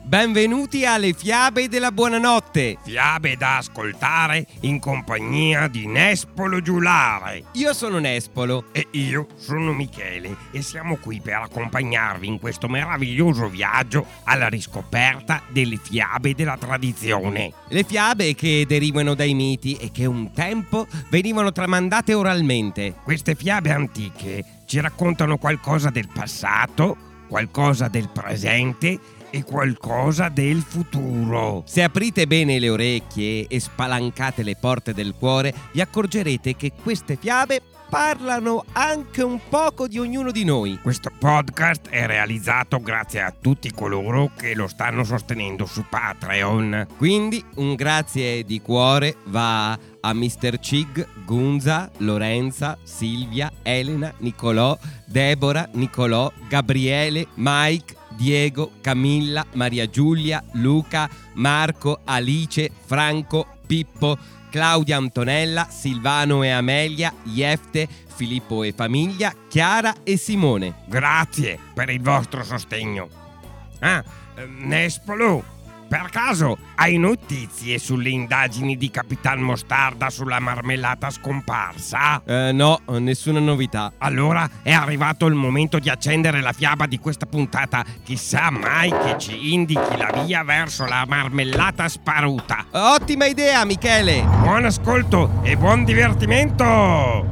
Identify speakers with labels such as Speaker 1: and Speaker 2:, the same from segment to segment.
Speaker 1: Benvenuti alle fiabe della buonanotte.
Speaker 2: Fiabe da ascoltare in compagnia di Nespolo Giulare.
Speaker 1: Io sono Nespolo.
Speaker 2: E io sono Michele e siamo qui per accompagnarvi in questo meraviglioso viaggio alla riscoperta delle fiabe della tradizione.
Speaker 1: Le fiabe che derivano dai miti e che un tempo venivano tramandate oralmente.
Speaker 2: Queste fiabe antiche ci raccontano qualcosa del passato, qualcosa del presente e qualcosa del futuro.
Speaker 1: Se aprite bene le orecchie e spalancate le porte del cuore, vi accorgerete che queste fiabe parlano anche un poco di ognuno di noi.
Speaker 2: Questo podcast è realizzato grazie a tutti coloro che lo stanno sostenendo su Patreon.
Speaker 1: Quindi un grazie di cuore va a Mr. Cig, Gunza, Lorenza, Silvia, Elena, Nicolò, Deborah, Nicolò, Gabriele, Mike, Diego, Camilla, Maria Giulia, Luca, Marco, Alice, Franco, Pippo, Claudia, Antonella, Silvano e Amelia, Jefte, Filippo e famiglia, Chiara e Simone.
Speaker 2: Grazie per il vostro sostegno. Nespolo, per caso hai notizie sulle indagini di Capitan Mostarda sulla marmellata scomparsa?
Speaker 1: No, nessuna novità.
Speaker 2: Allora è arrivato il momento di accendere la fiaba di questa puntata. Chissà mai che ci indichi la via verso la marmellata sparuta.
Speaker 1: Ottima idea, Michele!
Speaker 2: Buon ascolto e buon divertimento!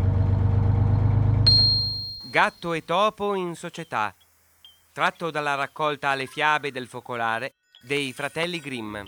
Speaker 1: Gatto e topo in società. Tratto dalla raccolta Le fiabe del focolare dei fratelli Grimm.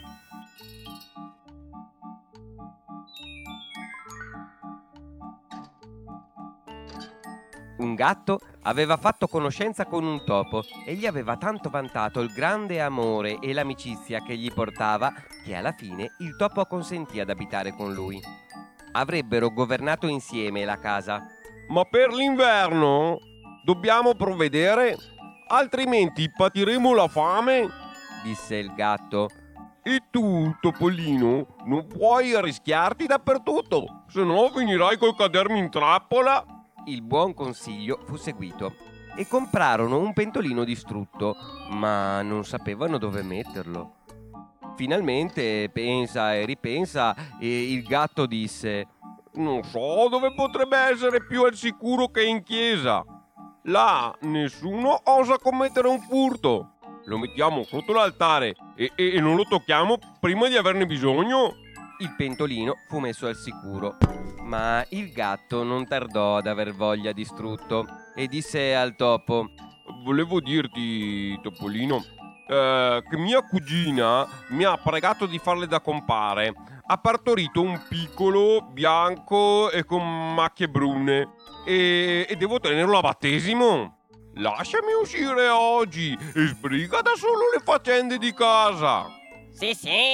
Speaker 1: Un gatto aveva fatto conoscenza con un topo e gli aveva tanto vantato il grande amore e l'amicizia che gli portava che alla fine il topo acconsentì ad abitare con lui. Avrebbero governato insieme la casa.
Speaker 3: Ma per l'inverno dobbiamo provvedere, altrimenti patiremo la fame,
Speaker 1: disse il gatto.
Speaker 3: E tu, Topolino, non puoi arrischiarti dappertutto, se no finirai col cadermi in trappola.
Speaker 1: Il buon consiglio fu seguito e comprarono un pentolino distrutto, ma non sapevano dove metterlo. Finalmente pensa e ripensa e il gatto disse:
Speaker 3: non so dove potrebbe essere più al sicuro che in chiesa. Là nessuno osa commettere un furto. Lo mettiamo sotto l'altare e non lo tocchiamo prima di averne bisogno.
Speaker 1: Il pentolino fu messo al sicuro, ma il gatto non tardò ad aver voglia di strutto e disse al topo:
Speaker 3: volevo dirti, Topolino, che mia cugina mi ha pregato di farle da compare. Ha partorito un piccolo, bianco e con macchie brune e devo tenerlo a battesimo. Lasciami uscire oggi e sbriga da solo le faccende di casa.
Speaker 4: Sì,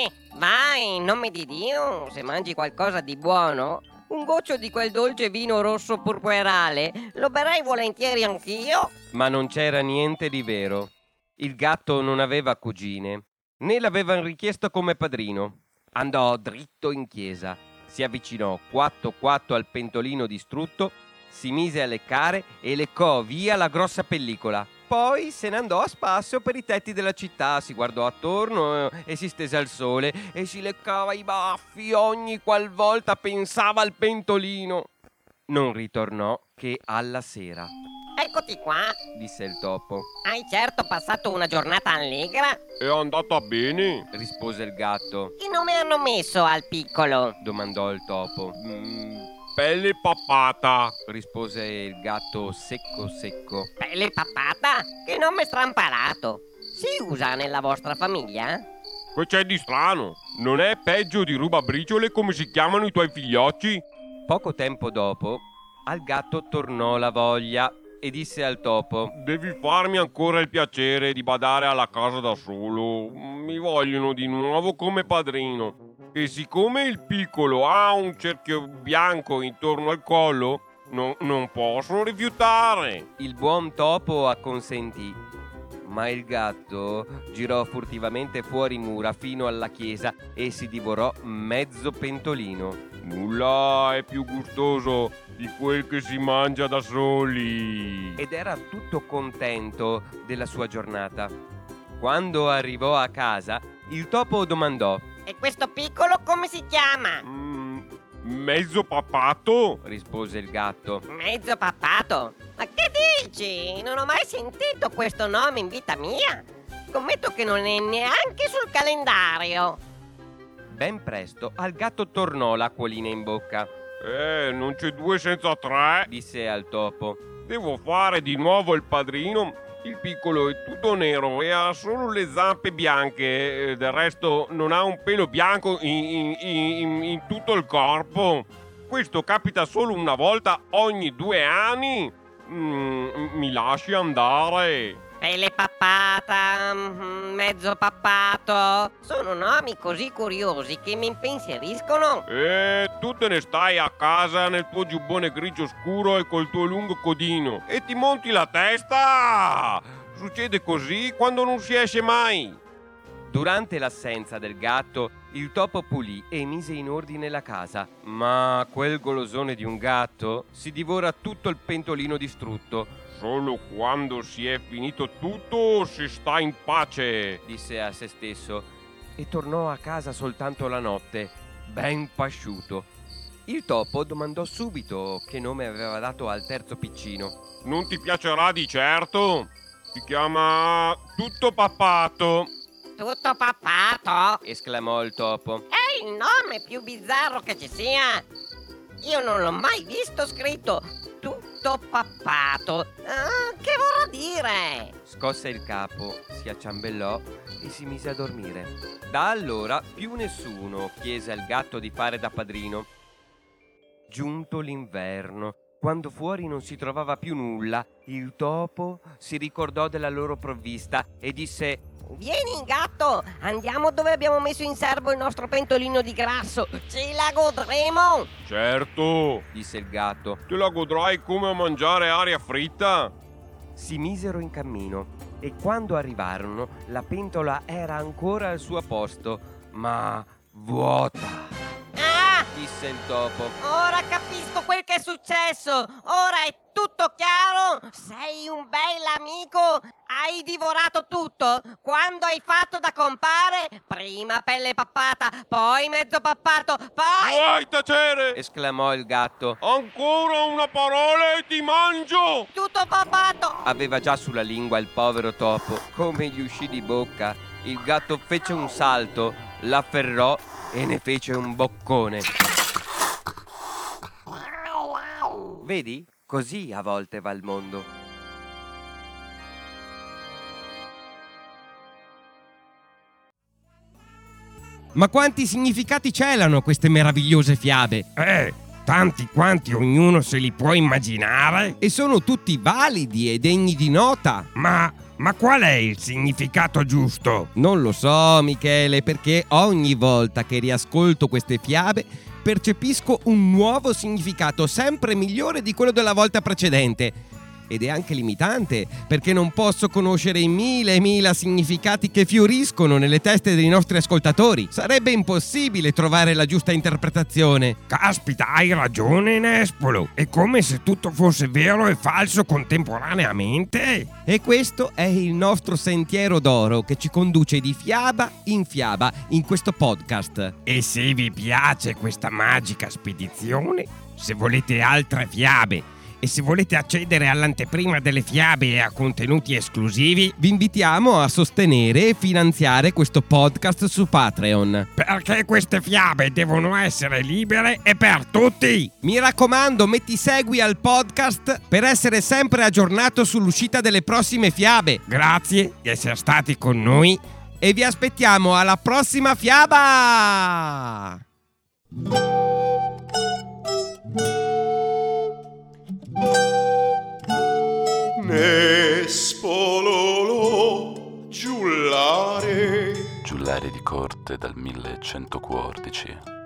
Speaker 4: vai, in nome di Dio, se mangi qualcosa di buono, un goccio di quel dolce vino rosso purpurale, lo berrei volentieri anch'io.
Speaker 1: Ma non c'era niente di vero. Il gatto non aveva cugine, né l'avevano richiesto come padrino. Andò dritto in chiesa, si avvicinò quatto al pentolino distrutto, si mise a leccare e leccò via la grossa pellicola. Poi se ne andò a spasso per i tetti della città, si guardò attorno e si stese al sole e si leccava i baffi ogni qualvolta pensava al pentolino. Non ritornò che alla sera.
Speaker 4: Eccoti qua,
Speaker 1: disse il topo.
Speaker 4: hai certo passato una giornata allegra?
Speaker 3: È andata bene?
Speaker 1: Rispose il gatto.
Speaker 4: Che nome hanno messo al piccolo?
Speaker 1: Domandò il topo.
Speaker 3: Pelle pappata,
Speaker 1: rispose il gatto secco.
Speaker 4: Pelle pappata? Che nome strampalato! Si usa nella vostra famiglia?
Speaker 3: Che c'è di strano? Non è peggio di rubabriciole come si chiamano i tuoi figliocci?
Speaker 1: Poco tempo dopo, al gatto tornò la voglia e disse al topo:
Speaker 3: devi farmi ancora il piacere di badare alla casa da solo. Mi vogliono di nuovo come padrino. E siccome il piccolo ha un cerchio bianco intorno al collo, non posso rifiutare.
Speaker 1: Il buon topo acconsentì, ma il gatto girò furtivamente fuori mura fino alla chiesa e si divorò mezzo pentolino.
Speaker 3: Nulla è più gustoso di quel che si mangia da soli.
Speaker 1: Ed era tutto contento della sua giornata. Quando arrivò a casa, il topo domandò:
Speaker 4: E questo piccolo come si chiama?
Speaker 3: Mezzo papato?
Speaker 1: rispose il gatto.
Speaker 4: Mezzo papato? Ma che dici? Non ho mai sentito questo nome in vita mia. Scommetto che non è neanche sul calendario.
Speaker 1: Ben presto al gatto tornò l'acquolina in bocca.
Speaker 3: Non c'è due senza tre.
Speaker 1: Disse al topo:
Speaker 3: Devo fare di nuovo il padrino. Il piccolo è tutto nero e ha solo le zampe bianche. Del resto non ha un pelo bianco in tutto il corpo. Questo capita solo una volta ogni 2 anni. Mi lasci andare.
Speaker 4: Pelle pappata, mezzo pappato. Sono nomi così curiosi che mi impensieriscono.
Speaker 3: Tu te ne stai a casa nel tuo giubbone grigio scuro e col tuo lungo codino e ti monti la testa! Succede così quando non si esce mai.
Speaker 1: Durante l'assenza del gatto, il topo pulì e mise in ordine la casa. Ma quel golosone di un gatto si divora tutto il pentolino distrutto.
Speaker 3: Solo quando si è finito tutto si sta in pace,
Speaker 1: disse a se stesso, e tornò a casa soltanto la notte, ben pasciuto. Il topo domandò subito che nome aveva dato al terzo piccino.
Speaker 3: Non ti piacerà di certo? Si chiama Tutto Papato.
Speaker 4: Tutto pappato?
Speaker 1: Esclamò il topo.
Speaker 4: È il nome più bizzarro che ci sia. Io non l'ho mai visto scritto tutto pappato. Che vorrà dire?
Speaker 1: Scosse il capo, si acciambellò e si mise a dormire. Da allora più nessuno chiese al gatto di fare da padrino. Giunto l'inverno, quando fuori non si trovava più nulla, il topo si ricordò della loro provvista e disse:
Speaker 4: Vieni, gatto, andiamo dove abbiamo messo in serbo il nostro pentolino di grasso. Ce la godremo.
Speaker 3: Certo,
Speaker 1: disse il gatto.
Speaker 3: te la godrai come a mangiare aria fritta.
Speaker 1: Si misero in cammino e quando arrivarono la pentola era ancora al suo posto, ma vuota.
Speaker 4: Ah,
Speaker 1: disse il topo.
Speaker 4: ora capisco quel che è successo. Ora è tutto chiaro. Sei un bell'amico. Hai divorato tutto. Quando hai fatto da compare, prima pelle pappata, poi mezzo pappato, poi...
Speaker 3: Vuoi tacere?
Speaker 1: Esclamò il gatto.
Speaker 3: Ancora una parola e ti mangio!
Speaker 4: Tutto pappato.
Speaker 1: Aveva già sulla lingua il povero topo. Come gli uscì di bocca, il gatto fece un salto, l'afferrò e ne fece un boccone. Vedi? Così a volte va il mondo.
Speaker 2: Ma quanti significati celano queste meravigliose fiabe? Tanti quanti ognuno se li può immaginare.
Speaker 1: E sono tutti validi e degni di nota.
Speaker 2: Ma qual è il significato giusto?
Speaker 1: Non lo so, Michele, perché ogni volta che riascolto queste fiabe percepisco un nuovo significato sempre migliore di quello della volta precedente. Ed è anche limitante, perché non posso conoscere i mila significati che fioriscono nelle teste dei nostri ascoltatori. Sarebbe impossibile trovare la giusta interpretazione.
Speaker 2: Caspita, hai ragione, Nespolo. È come se tutto fosse vero e falso contemporaneamente.
Speaker 1: E questo è il nostro sentiero d'oro che ci conduce di fiaba in questo podcast.
Speaker 2: E se vi piace questa magica spedizione, se volete altre fiabe e se volete accedere all'anteprima delle fiabe e a contenuti esclusivi,
Speaker 1: vi invitiamo a sostenere e finanziare questo podcast su Patreon.
Speaker 2: Perché queste fiabe devono essere libere e per tutti.
Speaker 1: Mi raccomando, metti segui al podcast per essere sempre aggiornato sull'uscita delle prossime fiabe.
Speaker 2: Grazie di essere stati con noi
Speaker 1: e vi aspettiamo alla prossima fiaba!
Speaker 5: Nespololo giullare
Speaker 6: Giullare di corte dal 1114.